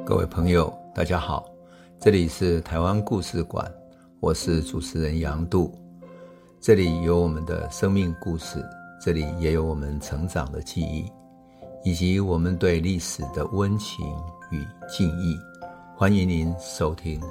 各位朋友大家好，这里是台湾故事馆，我是主持人杨度。这里有我们的生命故事，这里也有我们成长的记忆，以及我们对历史的温情与敬意。欢迎您收听。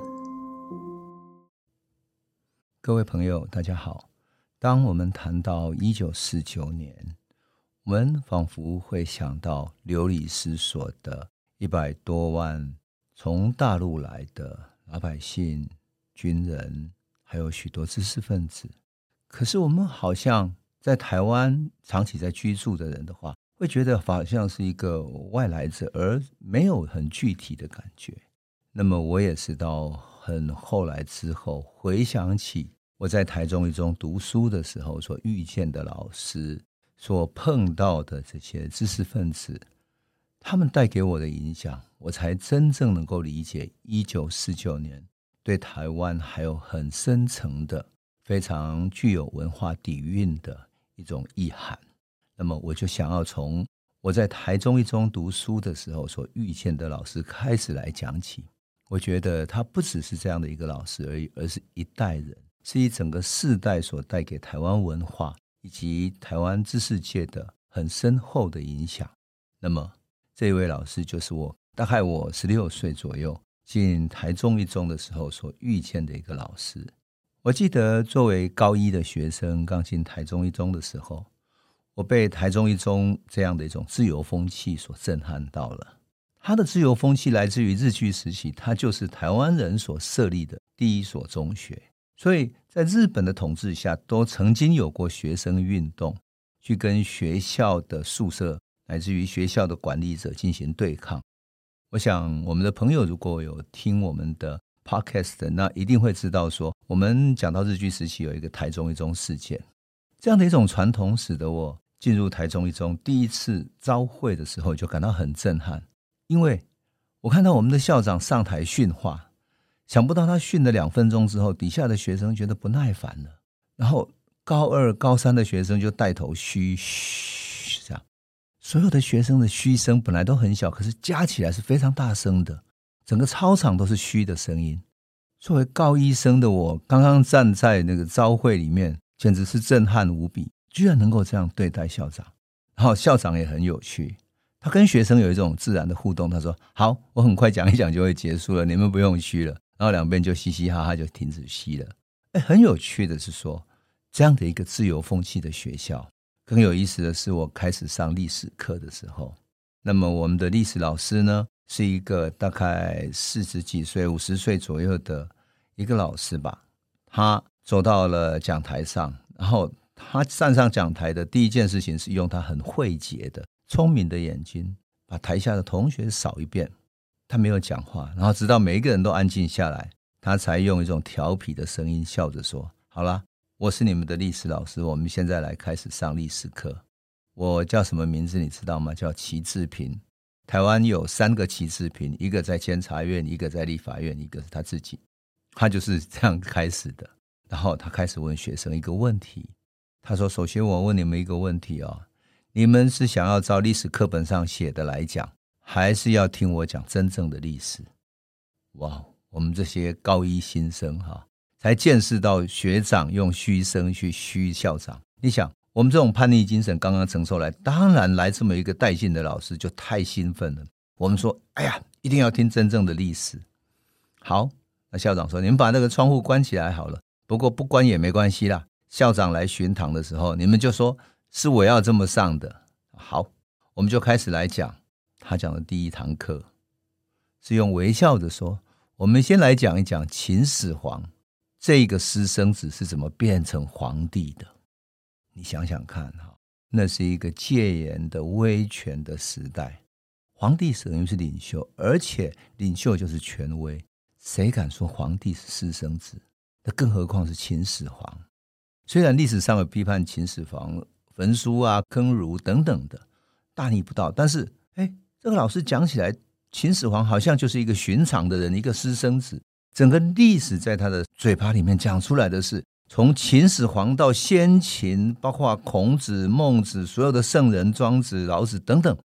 各位朋友大家好，当我们谈到1949年，我们仿佛会想到流离失所的100多万从大陆来的老百姓、军人，还有许多知识分子。可是我们好像在台湾长期在居住的人的话，会觉得好像是一个外来者，而没有很具体的感觉。那么我也是到很后来之后，回想起我在台中一中读书的时候所遇见的老师，所碰到的这些知识分子，他们带给我的影响，我才真正能够理解1949年对台湾还有很深层的非常具有文化底蕴的一种意涵。那么我就想要从我在台中一中读书的时候所遇见的老师开始来讲起。我觉得他不只是这样的一个老师而已，而是一代人，是一整个世代所带给台湾文化以及台湾知识界的很深厚的影响。那么这位老师就是大概我16岁左右进台中一中的时候所遇见的一个老师。我记得作为高一的学生刚进台中一中的时候，我被台中一中这样的一种自由风气所震撼到了。他的自由风气来自于日据时期，它就是台湾人所设立的第一所中学，所以在日本的统治下都曾经有过学生运动，去跟学校的宿舍乃至于学校的管理者进行对抗。我想我们的朋友如果有听我们的 podcast， 那一定会知道说，我们讲到日据时期有一个台中一中事件，这样的一种传统使得我进入台中一中第一次朝会的时候就感到很震撼。因为我看到我们的校长上台训话，想不到他训了2分钟之后，底下的学生觉得不耐烦了，然后高2、高3的学生就带头嘘嘘，这样所有的学生的嘘声本来都很小，可是加起来是非常大声的，整个操场都是嘘的声音。作为高一生的我，刚刚站在那个朝会里面，简直是震撼无比，居然能够这样对待校长。然后校长也很有趣，他跟学生有一种自然的互动，他说好，我很快讲一讲就会结束了，你们不用嘘了。然后两边就嘻嘻哈哈就停止嘘了。很有趣的是说，这样的一个自由风气的学校，更有意思的是我开始上历史课的时候，那么我们的历史老师呢，是一个大概40几岁50岁左右的一个老师吧。他走到了讲台上，然后他站上讲台的第一件事情是用他很慧捷的聪明的眼睛把台下的同学扫一遍。他没有讲话，然后直到每一个人都安静下来，他才用一种调皮的声音笑着说，好啦，我是你们的历史老师，我们现在来开始上历史课。我叫什么名字你知道吗？叫齐志平。台湾有3个齐志平，一个在监察院，一个在立法院，一个是他自己。他就是这样开始的。然后他开始问学生一个问题，他说，首先我问你们一个问题哦，你们是想要照历史课本上写的来讲，还是要听我讲真正的历史？哇，我们这些高一新生才见识到学长用嘘声去嘘校长。你想我们这种叛逆精神刚刚承受来，当然来这么一个带劲的老师就太兴奋了。我们说哎呀，一定要听真正的历史。好，那校长说，你们把那个窗户关起来好了，不过不关也没关系啦，校长来巡堂的时候你们就说是我要这么上的。好，我们就开始来讲。他讲的第一堂课是用微笑着说，我们先来讲一讲秦始皇这个私生子是怎么变成皇帝的。你想想看，那是一个戒严的威权的时代，皇帝等于是领袖，而且领袖就是权威，谁敢说皇帝是私生子？那更何况是秦始皇。虽然历史上有批判秦始皇焚书啊、坑儒等等的大逆不道，但是这个老师讲起来，秦始皇好像就是一个寻常的人，一个私生子。整个历史在他的嘴巴里面讲出来的是，从秦始皇到先秦，包括孔子、孟子，所有的圣人、庄子、老子等等，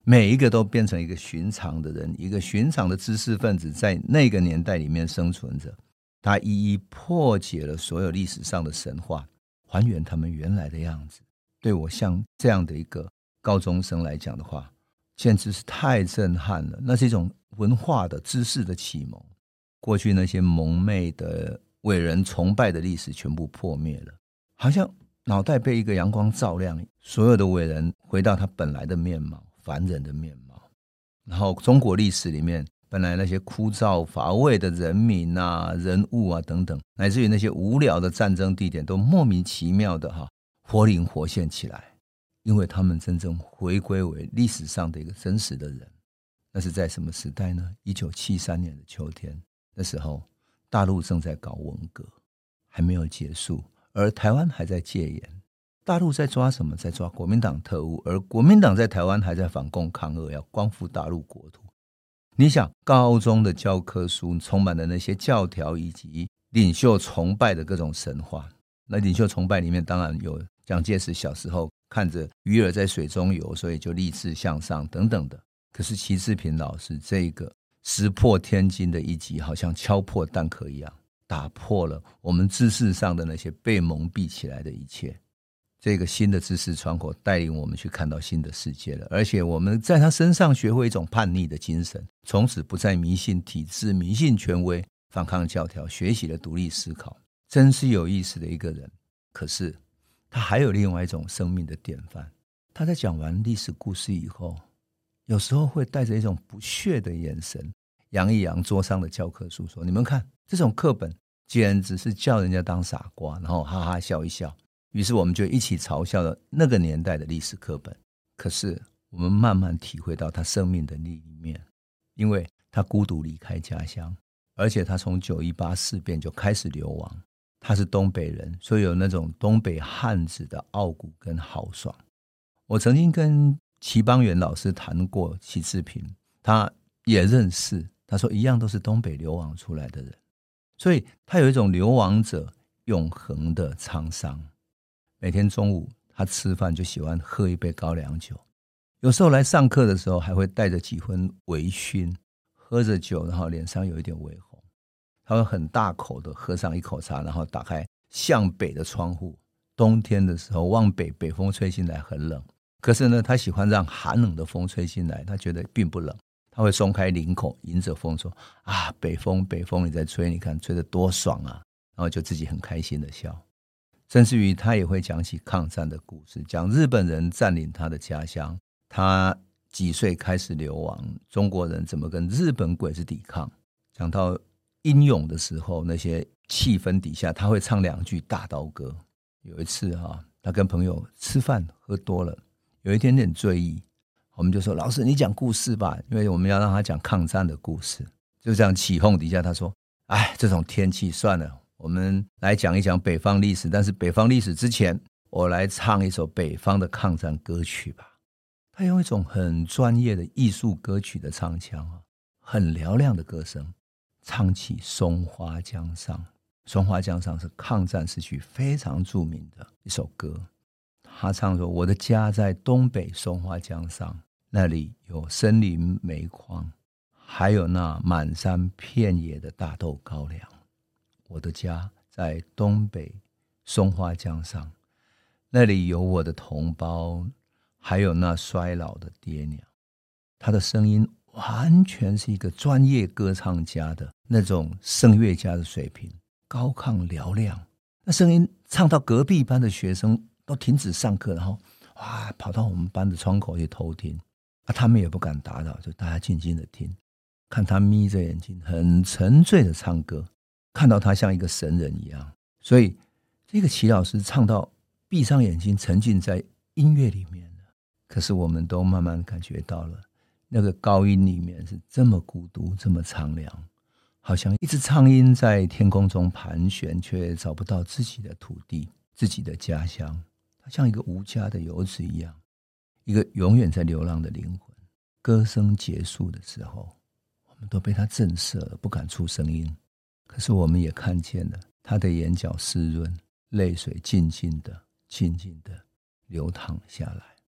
每一个都变成一个寻常的人，一个寻常的知识分子，在那个年代里面生存着。他一一破解了所有历史上的神话，还原他们原来的样子。对我像这样的一个高中生来讲的话，简直是太震撼了。那是一种文化的知识的启蒙，过去那些蒙昧的伟人崇拜的历史全部破灭了，好像脑袋被一个阳光照亮，所有的伟人回到他本来的面貌，凡人的面貌。然后中国历史里面本来那些枯燥乏味的人民啊、人物啊等等，乃至于那些无聊的战争地点，都莫名其妙的活灵活现起来，因为他们真正回归为历史上的一个真实的人。那是在什么时代呢？1973年的秋天，那时候大陆正在搞文革，还没有结束，而台湾还在戒严。大陆在抓什么？在抓国民党特务，而国民党在台湾还在反共抗俄，要光复大陆国土。你想，高中的教科书充满了那些教条以及领袖崇拜的各种神话。那领袖崇拜里面当然有蒋介石小时候看着鱼儿在水中游，所以就立志向上等等的。可是习志平老师这个石破天惊的一击，好像敲破蛋壳一样，打破了我们知识上的那些被蒙蔽起来的一切。这个新的知识窗口带领我们去看到新的世界了，而且我们在他身上学会一种叛逆的精神，从此不再迷信体制、迷信权威，反抗教条，学习了独立思考。真是有意思的一个人。可是他还有另外一种生命的典范。他在讲完历史故事以后，有时候会带着一种不屑的眼神扬一扬桌上的教科书，说：“你们看，这种课本简直是叫人家当傻瓜。”然后哈哈笑一笑。于是我们就一起嘲笑了那个年代的历史课本。可是我们慢慢体会到他生命的另一面，因为他孤独离开家乡，而且他从918事变就开始流亡。他是东北人，所以有那种东北汉子的傲骨跟豪爽。我曾经跟齐邦媛老师谈过习志平，他也认识，他说一样都是东北流亡出来的人，所以他有一种流亡者永恒的沧桑。每天中午他吃饭就喜欢喝一杯高粱酒，有时候来上课的时候还会带着几分微醺，喝着酒然后脸上有一点微红。他会很大口的喝上一口茶，然后打开向北的窗户。冬天的时候往北，北风吹进来很冷，可是呢他喜欢让寒冷的风吹进来，他觉得并不冷。他会松开领口，迎着风说：“啊，北风北风你在吹，你看吹得多爽啊！”然后就自己很开心的笑。甚至于他也会讲起抗战的故事，讲日本人占领他的家乡，他几岁开始流亡，中国人怎么跟日本鬼子抵抗。讲到英勇的时候，那些气氛底下他会唱2句大刀歌。有一次他跟朋友吃饭喝多了，有一点点醉意，我们就说：“老师你讲故事吧。”因为我们要让他讲抗战的故事。就这样起哄底下他说：“哎，这种天气算了，我们来讲一讲北方历史，但是北方历史之前，我来唱一首北方的抗战歌曲吧。”他用一种很专业的艺术歌曲的唱腔，很嘹亮的歌声，唱起《松花江上》。《松花江上》是抗战时期非常著名的一首歌。他唱说：“我的家在东北松花江上，那里有森林煤矿，还有那满山遍野的大豆高粱。我的家在东北松花江上，那里有我的同胞，还有那衰老的爹娘。”他的声音完全是一个专业歌唱家的那种声乐家的水平，高亢嘹亮。那声音唱到隔壁班的学生都停止上课，然后跑到我们班的窗口去偷听。他们也不敢打扰，就大家静静的听，看他眯着眼睛很沉醉的唱歌，看到他像一个神人一样。所以这个齐老师唱到闭上眼睛沉浸在音乐里面了。可是我们都慢慢感觉到了，那个高音里面是这么孤独，这么苍凉，好像一只苍鹰在天空中盘旋，却找不到自己的土地，自己的家乡。它像一个无家的游子一样，一个永远在流浪的灵魂。歌声结束的时候，我们都被它震慑了，不敢出声音。可是我们也看见了他的眼角湿润，泪水静静的流淌下来。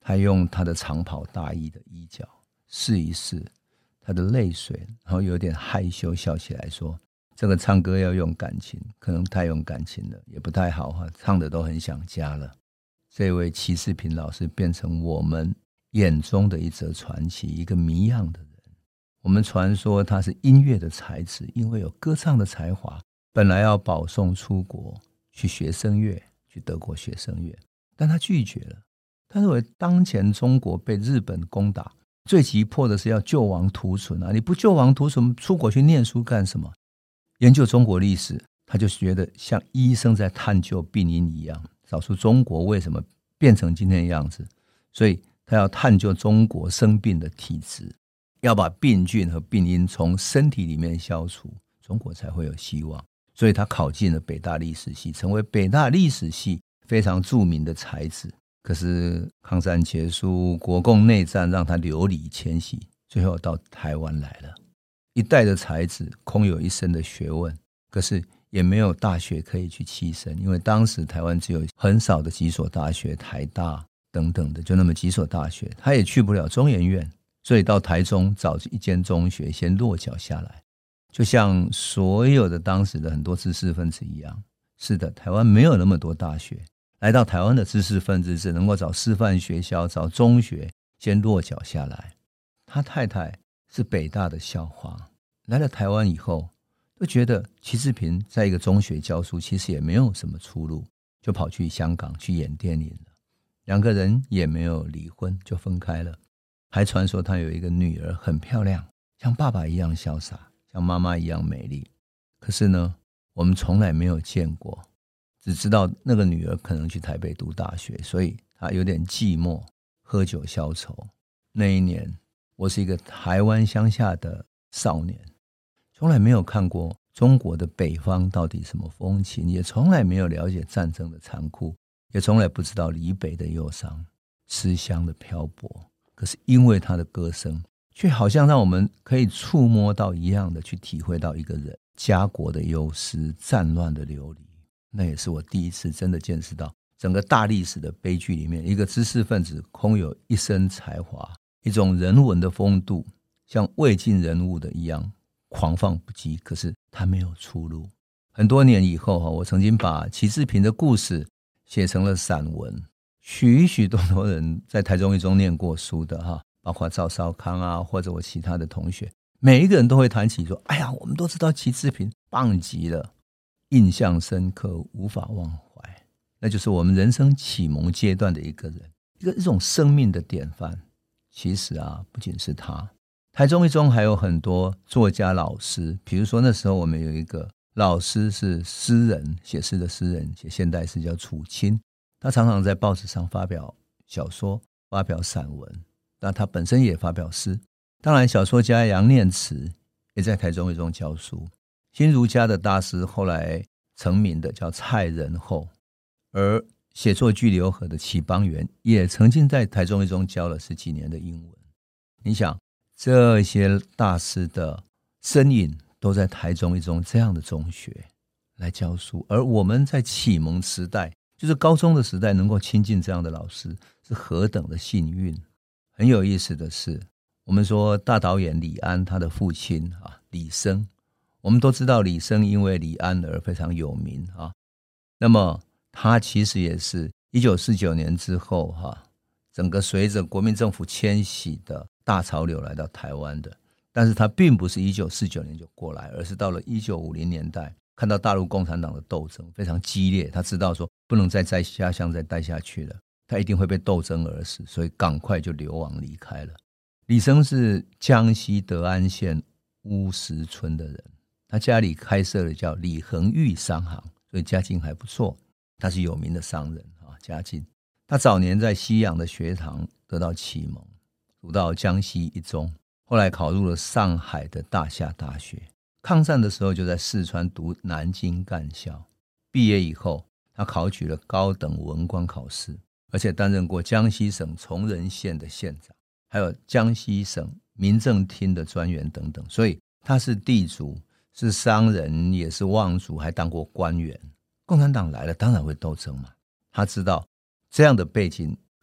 还用他的长袍大衣的衣角试一试他的泪水，然后有点害羞笑起来说，这个唱歌要用感情，可能太用感情了，也不太好，唱的都很想家了。这位齐世平老师变成我们眼中的一则传奇，一个谜样的人。我们传说他是音乐的才子，因为有歌唱的才华，本来要保送出国去学声乐，去德国学声乐，但他拒绝了。他认为当前中国被日本攻打，最急迫的是要救亡图存啊！你不救亡图存，出国去念书干什么？研究中国历史，他就觉得像医生在探究病因一样，找出中国为什么变成今天的样子。所以他要探究中国生病的体质，要把病菌和病因从身体里面消除，中国才会有希望。所以他考进了北大历史系，成为北大历史系非常著名的才子。可是抗战结束，国共内战让他流离迁徙，最后到台湾来了。一代的才子空有一身的学问，可是也没有大学可以去栖身，因为当时台湾只有很少的几所大学，台大等等的，就那么几所大学，他也去不了中研院，所以到台中找一间中学先落脚下来。就像所有的当时的很多知识分子一样，是的，台湾没有那么多大学，来到台湾的知识分子只能够找师范学校，找中学先落脚下来。他太太是北大的校花，来了台湾以后就觉得齐志平在一个中学教书其实也没有什么出路，就跑去香港去演电影了。两个人也没有离婚，就分开了。还传说他有一个女儿很漂亮，像爸爸一样潇洒，像妈妈一样美丽。可是呢，我们从来没有见过，只知道那个女儿可能去台北读大学，所以她有点寂寞，喝酒消愁。那一年我是一个台湾乡下的少年，从来没有看过中国的北方到底什么风情，也从来没有了解战争的残酷，也从来不知道离北的忧伤，思乡的漂泊。可是因为他的歌声，却好像让我们可以触摸到一样的，去体会到一个人家国的忧思，战乱的流离。那也是我第一次真的见识到整个大历史的悲剧里面，一个知识分子空有一身才华，一种人文的风度，像魏晋人物的一样狂放不羁，可是他没有出路。很多年以后，我曾经把齐志平的故事写成了散文，许许多多人在台中一中念过书的，包括赵少康啊，或者我其他的同学，每一个人都会谈起说，哎呀，我们都知道齐志平棒极了，印象深刻，无法忘怀。那就是我们人生启蒙阶段的一个人，一种生命的典范。其实不仅是他，台中一中还有很多作家老师，比如说那时候我们有一个老师是诗人，写诗的诗人，写现代诗，叫楚清。他常常在报纸上发表小说，发表散文，那他本身也发表诗。当然小说家杨念慈也在台中一中教书。新儒家的大师后来成名的叫蔡仁厚，而写作巨流河的齐邦媛也曾经在台中一中教了10几年的英文。你想这些大师的身影都在台中一中这样的中学来教书，而我们在启蒙时代，就是高中的时代，能够亲近这样的老师是何等的幸运。很有意思的是，我们说大导演李安他的父亲李生，我们都知道李生因为李安而非常有名那么他其实也是1949年之后整个随着国民政府迁徙的大潮流来到台湾的。但是他并不是1949年就过来，而是到了1950年代，看到大陆共产党的斗争非常激烈，他知道说不能再在家乡再待下去了，他一定会被斗争而死，所以赶快就流亡离开了。李生是江西德安县乌石村的人，他家里开设了叫李恒玉商行，所以家境还不错，他是有名的商人家境。他早年在西洋的学堂得到启蒙，读到江西一中，后来考入了上海的大夏大学。抗战的时候就在四川读南京干校，毕业以后他考取了高等文官考试，而且担任过江西省崇仁县的县长，还有江西省民政厅的专员等等。所以他是地主，是商人，也是望族，还当过官员。共产党来了当然会斗争嘛，他知道这样的背景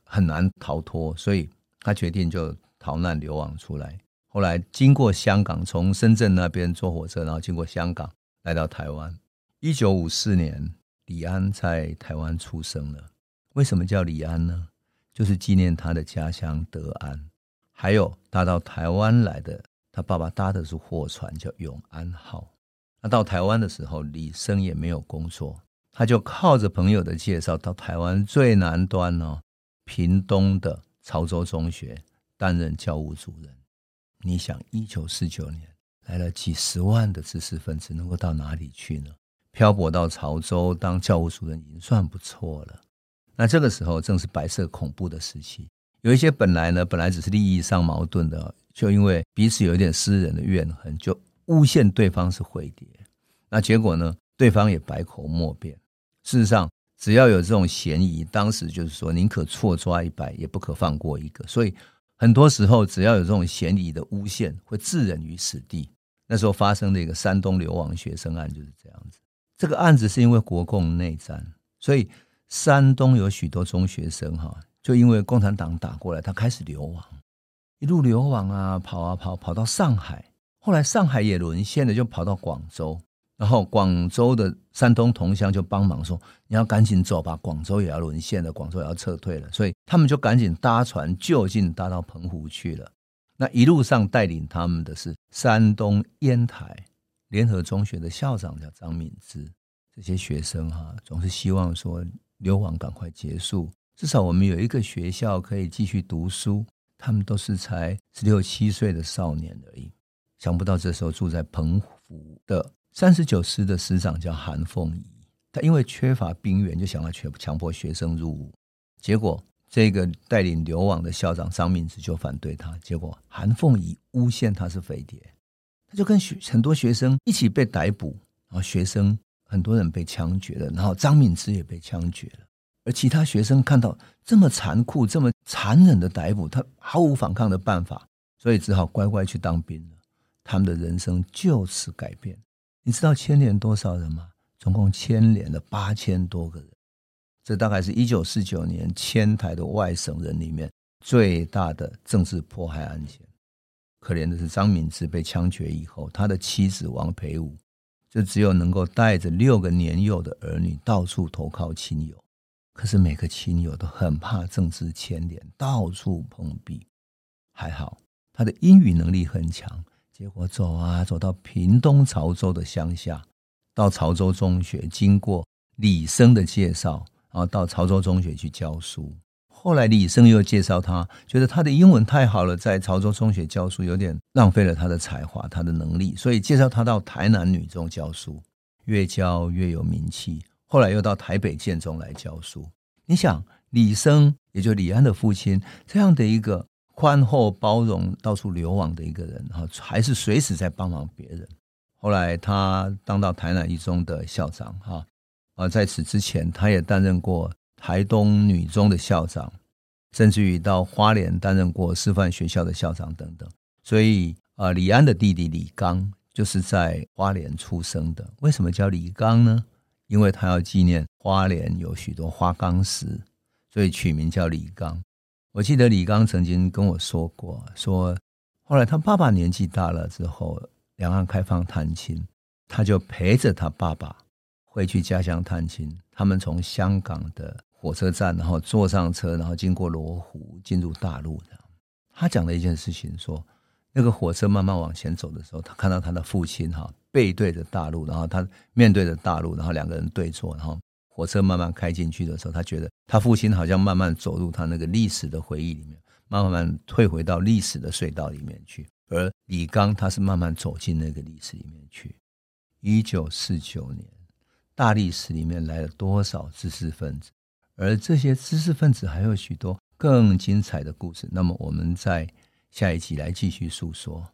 很难逃脱，所以他决定就逃难流亡出来。后来经过香港，从深圳那边坐火车，然后经过香港来到台湾。1954年李安在台湾出生了。为什么叫李安呢？就是纪念他的家乡德安，还有他到台湾来的，他爸爸搭的是货船叫永安号。那到台湾的时候，李生也没有工作，他就靠着朋友的介绍到台湾最南端屏东的潮州中学担任教务主任。你想1949年来了几十万的知识分子，能够到哪里去呢？漂泊到潮州当教务主任已经算不错了。那这个时候正是白色恐怖的时期，有一些本来只是利益上矛盾的，就因为彼此有一点私人的怨恨，就诬陷对方是匪谍。那结果呢，对方也百口莫辩。事实上只要有这种嫌疑，当时就是说宁可错抓100也不可放过一个，所以很多时候只要有这种嫌疑的诬陷，会置人于死地。那时候发生的一个山东流亡学生案就是这样子。这个案子是因为国共内战，所以山东有许多中学生就因为共产党打过来，他开始流亡，一路流亡跑到上海，后来上海也沦陷了，就跑到广州，然后广州的山东同乡就帮忙说，你要赶紧走吧，广州也要沦陷了，广州也要撤退了，所以他们就赶紧搭船就近搭到澎湖去了。那一路上带领他们的是山东烟台联合中学的校长叫张敏之。这些学生总是希望说流亡赶快结束，至少我们有一个学校可以继续读书。他们都是才16、17岁的少年而已。想不到这时候住在澎湖的39师的师长叫韩凤仪，他因为缺乏兵源，就想要强迫学生入伍。结果这个带领流亡的校长张敏之就反对他，结果韩凤仪诬陷他是匪谍，他就跟很多学生一起被逮捕，然后学生很多人被枪决了，然后张敏之也被枪决了。而其他学生看到这么残酷这么残忍的逮捕，他毫无反抗的办法，所以只好乖乖去当兵了。他们的人生就此改变。你知道牵连多少人吗？总共牵连了8000多个人。这大概是1949年迁台的外省人里面最大的政治迫害案件。可怜的是张敏之被枪决以后，他的妻子王培武就只有能够带着6个年幼的儿女到处投靠亲友。可是每个亲友都很怕政治牵连，到处碰壁。还好他的英语能力很强，结果走到屏东潮州的乡下，到潮州中学，经过李生的介绍，然后到潮州中学去教书。后来李生又介绍他，觉得他的英文太好了，在潮州中学教书有点浪费了他的才华他的能力，所以介绍他到台南女中教书，越教越有名气。后来又到台北建中来教书。你想李生也就李安的父亲，这样的一个宽厚包容到处流亡的一个人，还是随时在帮忙别人。后来他当到台南一中的校长，在此之前他也担任过台东女中的校长，甚至于到花莲担任过师范学校的校长等等。所以李安的弟弟李纲就是在花莲出生的。为什么叫李纲呢？因为他要纪念花莲有许多花岗石，所以取名叫李纲。我记得李纲曾经跟我说过，说后来他爸爸年纪大了之后，两岸开放探亲，他就陪着他爸爸回去家乡探亲。他们从香港的火车站，然后坐上车，然后经过罗湖进入大陆。他讲了一件事情，说那个火车慢慢往前走的时候，他看到他的父亲背对着大陆，然后他面对着大陆，然后两个人对坐，然后火车慢慢开进去的时候，他觉得他父亲好像慢慢走入他那个历史的回忆里面，慢慢退回到历史的隧道里面去。而李纲他是慢慢走进那个历史里面去。1949年大历史里面来了多少知识分子，而这些知识分子还有许多更精彩的故事，那么我们在下一集来继续诉说。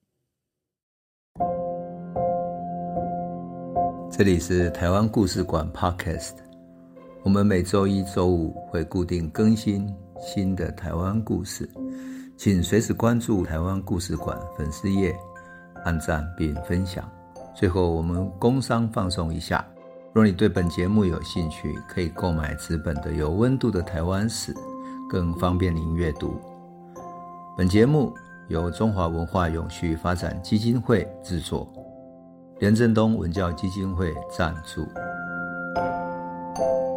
这里是台湾故事馆 Podcast， 我们每周一、周五会固定更新新的台湾故事，请随时关注台湾故事馆粉丝页，按赞并分享。最后我们工商放送一下，若你对本节目有兴趣，可以购买纸本的有温度的台湾史更方便您阅读。本节目由中华文化永续发展基金会制作，连震东文教基金会赞助。